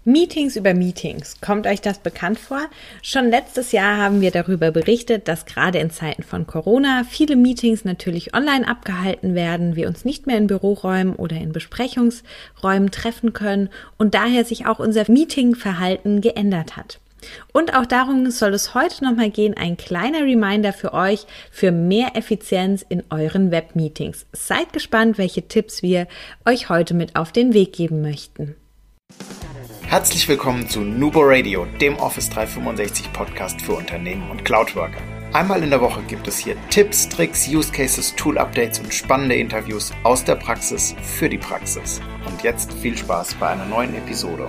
Meetings über Meetings. Kommt euch das bekannt vor? Schon letztes Jahr haben wir darüber berichtet, dass gerade in Zeiten von Corona viele Meetings natürlich online abgehalten werden, wir uns nicht mehr in Büroräumen oder in Besprechungsräumen treffen können und daher sich auch unser Meetingverhalten geändert hat. Und auch darum soll es heute nochmal gehen, ein kleiner Reminder für euch für mehr Effizienz in euren Webmeetings. Seid gespannt, welche Tipps wir euch heute mit auf den Weg geben möchten. Herzlich willkommen zu Nubo Radio, dem Office 365 Podcast für Unternehmen und Cloudworker. Einmal in der Woche gibt es hier Tipps, Tricks, Use Cases, Tool-Updates und spannende Interviews aus der Praxis für die Praxis. Und jetzt viel Spaß bei einer neuen Episode.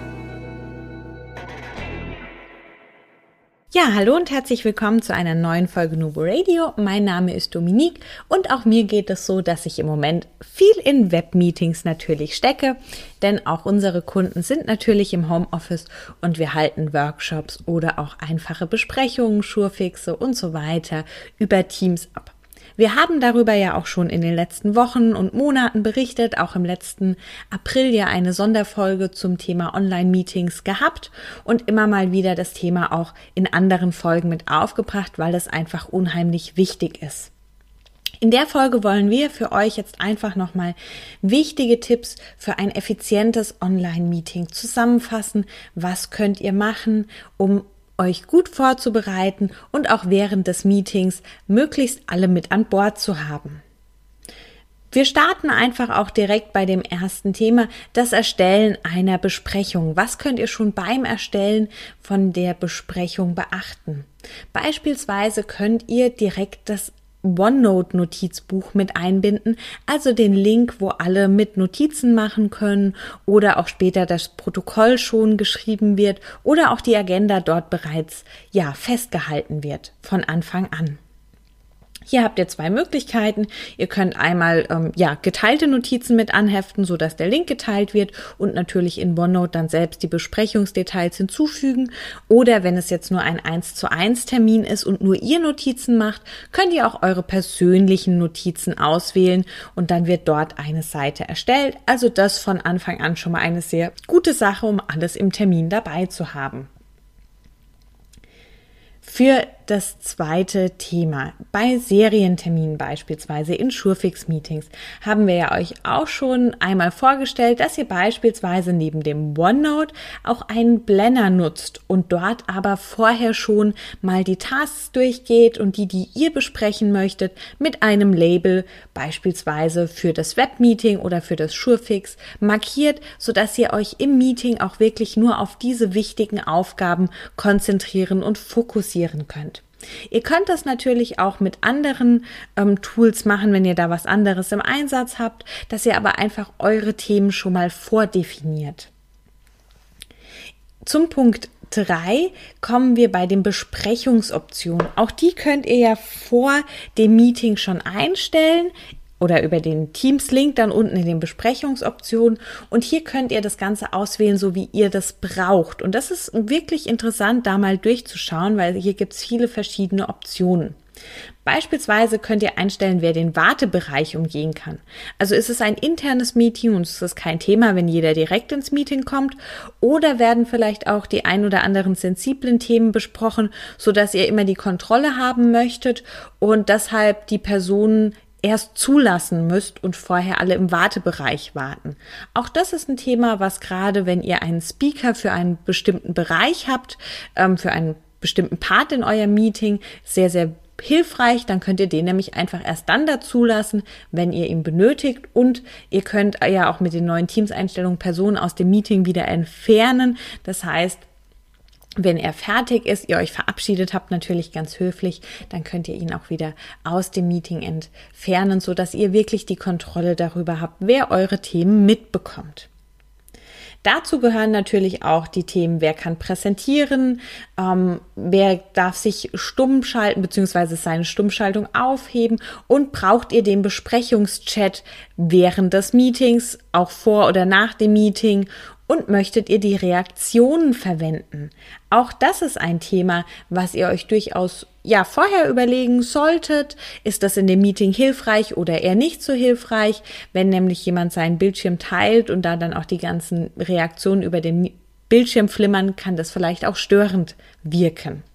Ja, hallo und herzlich willkommen zu einer neuen Folge Nubo Radio. Mein Name ist Dominique und auch mir geht es so, dass ich im Moment viel in Webmeetings natürlich stecke, denn auch unsere Kunden sind natürlich im Homeoffice und wir halten Workshops oder auch einfache Besprechungen, Schurfixe und so weiter über Teams ab. Wir haben darüber ja auch schon in den letzten Wochen und Monaten berichtet, auch im letzten April ja eine Sonderfolge zum Thema Online-Meetings gehabt und immer mal wieder das Thema auch in anderen Folgen mit aufgebracht, weil es einfach unheimlich wichtig ist. In der Folge wollen wir für euch jetzt einfach nochmal wichtige Tipps für ein effizientes Online-Meeting zusammenfassen. Was könnt ihr machen, um euch gut vorzubereiten und auch während des Meetings möglichst alle mit an Bord zu haben. Wir starten einfach auch direkt bei dem ersten Thema, das Erstellen einer Besprechung. Was könnt ihr schon beim Erstellen von der Besprechung beachten? Beispielsweise könnt ihr direkt das OneNote-Notizbuch mit einbinden, also den Link, wo alle mit Notizen machen können oder auch später das Protokoll schon geschrieben wird oder auch die Agenda dort bereits festgehalten wird von Anfang an. Hier habt ihr zwei Möglichkeiten. Ihr könnt einmal geteilte Notizen mit anheften, sodass der Link geteilt wird und natürlich in OneNote dann selbst die Besprechungsdetails hinzufügen. Oder wenn es jetzt nur ein 1:1 Termin ist und nur ihr Notizen macht, könnt ihr auch eure persönlichen Notizen auswählen und dann wird dort eine Seite erstellt. Also das von Anfang an schon mal eine sehr gute Sache, um alles im Termin dabei zu haben. Für das zweite Thema, bei Serienterminen beispielsweise in Surefix-Meetings, haben wir ja euch auch schon einmal vorgestellt, dass ihr beispielsweise neben dem OneNote auch einen Planner nutzt und dort aber vorher schon mal die Tasks durchgeht und die ihr besprechen möchtet, mit einem Label beispielsweise für das Webmeeting oder für das Surefix markiert, sodass ihr euch im Meeting auch wirklich nur auf diese wichtigen Aufgaben konzentrieren und fokussieren könnt. Ihr könnt das natürlich auch mit anderen Tools machen, wenn ihr da was anderes im Einsatz habt, dass ihr aber einfach eure Themen schon mal vordefiniert. Zum Punkt 3 kommen wir bei den Besprechungsoptionen. Auch die könnt ihr ja vor dem Meeting schon einstellen oder über den Teams-Link dann unten in den Besprechungsoptionen. Und hier könnt ihr das Ganze auswählen, so wie ihr das braucht. Und das ist wirklich interessant, da mal durchzuschauen, weil hier gibt es viele verschiedene Optionen. Beispielsweise könnt ihr einstellen, wer den Wartebereich umgehen kann. Also ist es ein internes Meeting und es ist kein Thema, wenn jeder direkt ins Meeting kommt, oder werden vielleicht auch die ein oder anderen sensiblen Themen besprochen, sodass ihr immer die Kontrolle haben möchtet und deshalb die Personen erst zulassen müsst und vorher alle im Wartebereich warten. Auch das ist ein Thema, was gerade, wenn ihr einen Speaker für einen bestimmten Bereich habt, für einen bestimmten Part in eurem Meeting, sehr, sehr hilfreich. Dann könnt ihr den nämlich einfach erst dann dazulassen, wenn ihr ihn benötigt. Und ihr könnt ja auch mit den neuen Teams-Einstellungen Personen aus dem Meeting wieder entfernen. Das heißt, wenn er fertig ist, ihr euch verabschiedet habt, natürlich ganz höflich, dann könnt ihr ihn auch wieder aus dem Meeting entfernen, sodass ihr wirklich die Kontrolle darüber habt, wer eure Themen mitbekommt. Dazu gehören natürlich auch die Themen, wer kann präsentieren, wer darf sich stumm schalten bzw. seine Stummschaltung aufheben und braucht ihr den Besprechungschat während des Meetings, auch vor oder nach dem Meeting und möchtet ihr die Reaktionen verwenden. Auch das ist ein Thema, was ihr euch durchaus vorher überlegen solltet. Ist das in dem Meeting hilfreich oder eher nicht so hilfreich, wenn nämlich jemand seinen Bildschirm teilt und da dann auch die ganzen Reaktionen über den Bildschirmflimmern kann das vielleicht auch störend wirken.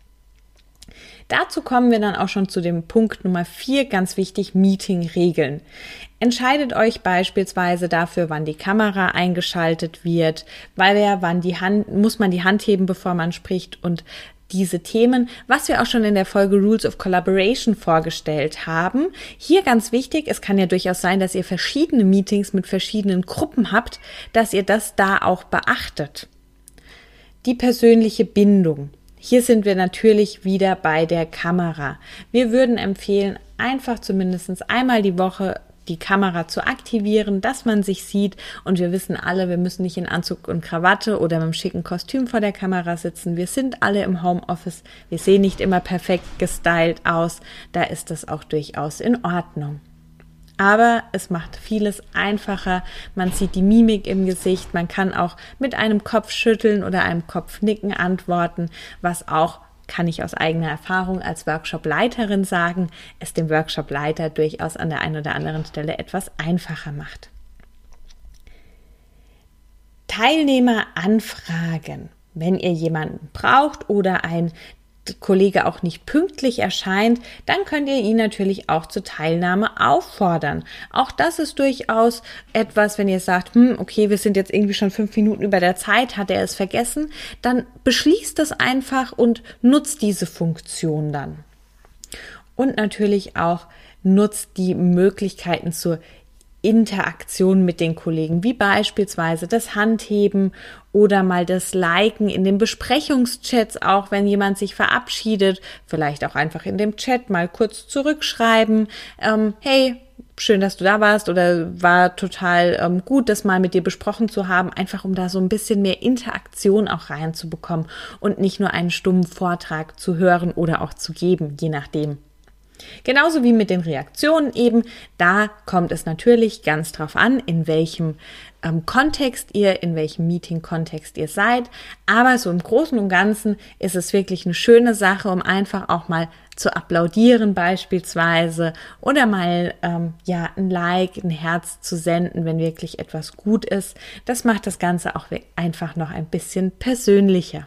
Dazu kommen wir dann auch schon zu dem Punkt Nummer 4, ganz wichtig, Meeting-Regeln. Entscheidet euch beispielsweise dafür, wann die Kamera eingeschaltet wird, muss man die Hand heben, bevor man spricht, und diese Themen, was wir auch schon in der Folge Rules of Collaboration vorgestellt haben. Hier ganz wichtig, es kann ja durchaus sein, dass ihr verschiedene Meetings mit verschiedenen Gruppen habt, dass ihr das da auch beachtet. Die persönliche Bindung. Hier sind wir natürlich wieder bei der Kamera. Wir würden empfehlen, einfach zumindest einmal die Woche die Kamera zu aktivieren, dass man sich sieht, und wir wissen alle, wir müssen nicht in Anzug und Krawatte oder mit einem schicken Kostüm vor der Kamera sitzen. Wir sind alle im Homeoffice, wir sehen nicht immer perfekt gestylt aus, da ist das auch durchaus in Ordnung. Aber es macht vieles einfacher, man sieht die Mimik im Gesicht, man kann auch mit einem Kopfschütteln oder einem Kopfnicken antworten, was auch, kann ich aus eigener Erfahrung als Workshop-Leiterin sagen, es dem Workshop-Leiter durchaus an der einen oder anderen Stelle etwas einfacher macht. Teilnehmer anfragen. Wenn ihr jemanden braucht oder ein Kollege auch nicht pünktlich erscheint, dann könnt ihr ihn natürlich auch zur Teilnahme auffordern. Auch das ist durchaus etwas, wenn ihr sagt, okay, wir sind jetzt irgendwie schon 5 Minuten über der Zeit, hat er es vergessen, dann beschließt das einfach und nutzt diese Funktion dann. Und natürlich auch nutzt die Möglichkeiten zur Interaktion mit den Kollegen, wie beispielsweise das Handheben oder mal das Liken in den Besprechungschats, auch wenn jemand sich verabschiedet, vielleicht auch einfach in dem Chat mal kurz zurückschreiben, hey, schön, dass du da warst, oder war total gut, das mal mit dir besprochen zu haben, einfach um da so ein bisschen mehr Interaktion auch reinzubekommen und nicht nur einen stummen Vortrag zu hören oder auch zu geben, je nachdem. Genauso wie mit den Reaktionen eben, da kommt es natürlich ganz drauf an, in welchem in welchem Meeting-Kontext ihr seid, aber so im Großen und Ganzen ist es wirklich eine schöne Sache, um einfach auch mal zu applaudieren beispielsweise oder mal ein Like, ein Herz zu senden, wenn wirklich etwas gut ist. Das macht das Ganze auch einfach noch ein bisschen persönlicher.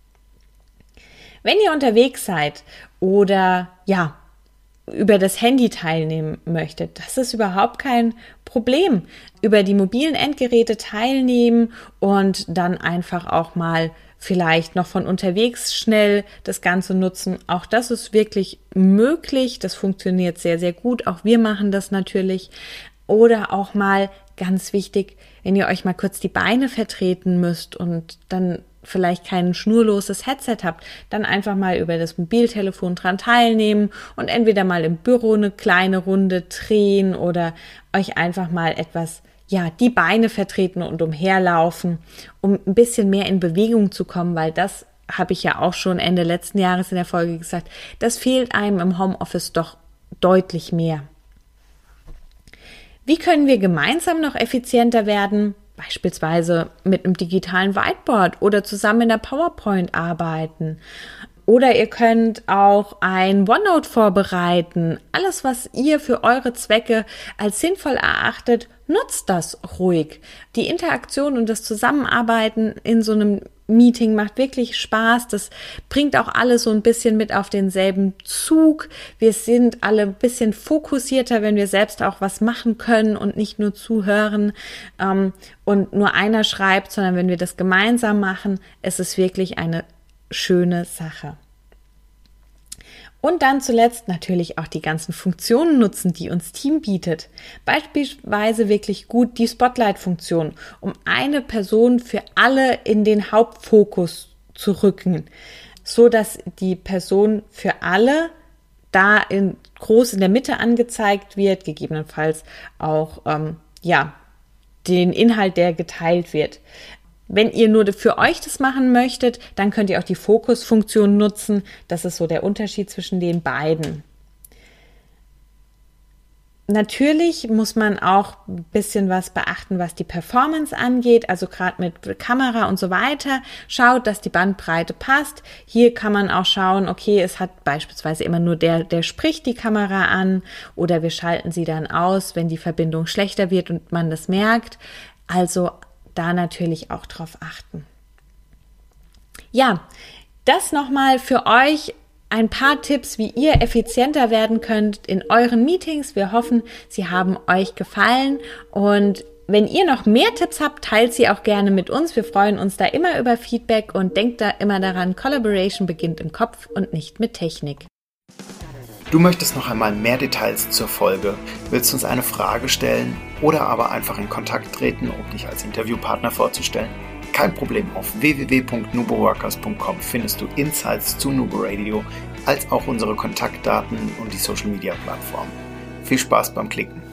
Wenn ihr unterwegs seid oder über das Handy teilnehmen möchtet, das ist überhaupt kein Problem. Über die mobilen Endgeräte teilnehmen und dann einfach auch mal vielleicht noch von unterwegs schnell das Ganze nutzen. Auch das ist wirklich möglich. Das funktioniert sehr, sehr gut. Auch wir machen das natürlich. Oder auch mal, ganz wichtig, wenn ihr euch mal kurz die Beine vertreten müsst und dann vielleicht kein schnurloses Headset habt, dann einfach mal über das Mobiltelefon dran teilnehmen und entweder mal im Büro eine kleine Runde drehen oder euch einfach mal etwas, die Beine vertreten und umherlaufen, um ein bisschen mehr in Bewegung zu kommen, weil das habe ich ja auch schon Ende letzten Jahres in der Folge gesagt, das fehlt einem im Homeoffice doch deutlich mehr. Wie können wir gemeinsam noch effizienter werden? Beispielsweise mit einem digitalen Whiteboard oder zusammen in der PowerPoint arbeiten. Oder ihr könnt auch ein OneNote vorbereiten. Alles, was ihr für eure Zwecke als sinnvoll erachtet, nutzt das ruhig. Die Interaktion und das Zusammenarbeiten in so einem Meeting macht wirklich Spaß. Das bringt auch alle so ein bisschen mit auf denselben Zug. Wir sind alle ein bisschen fokussierter, wenn wir selbst auch was machen können und nicht nur zuhören und nur einer schreibt, sondern wenn wir das gemeinsam machen, ist es wirklich eine schöne Sache. Und dann zuletzt natürlich auch die ganzen Funktionen nutzen, die uns Team bietet. Beispielsweise wirklich gut die Spotlight-Funktion, um eine Person für alle in den Hauptfokus zu rücken, so dass die Person für alle da groß in der Mitte angezeigt wird, gegebenenfalls auch den Inhalt, der geteilt wird. Wenn ihr nur für euch das machen möchtet, dann könnt ihr auch die Fokusfunktion nutzen. Das ist so der Unterschied zwischen den beiden. Natürlich muss man auch ein bisschen was beachten, was die Performance angeht, also gerade mit Kamera und so weiter. Schaut, dass die Bandbreite passt. Hier kann man auch schauen, okay, es hat beispielsweise immer nur der spricht die Kamera an oder wir schalten sie dann aus, wenn die Verbindung schlechter wird und man das merkt. Also da natürlich auch drauf achten. Ja, das nochmal für euch. Ein paar Tipps, wie ihr effizienter werden könnt in euren Meetings. Wir hoffen, sie haben euch gefallen. Und wenn ihr noch mehr Tipps habt, teilt sie auch gerne mit uns. Wir freuen uns da immer über Feedback und denkt da immer daran, Collaboration beginnt im Kopf und nicht mit Technik. Du möchtest noch einmal mehr Details zur Folge, willst uns eine Frage stellen oder aber einfach in Kontakt treten, um dich als Interviewpartner vorzustellen? Kein Problem, auf www.nuboworkers.com findest du Insights zu Nubo Radio, als auch unsere Kontaktdaten und die Social Media Plattform. Viel Spaß beim Klicken!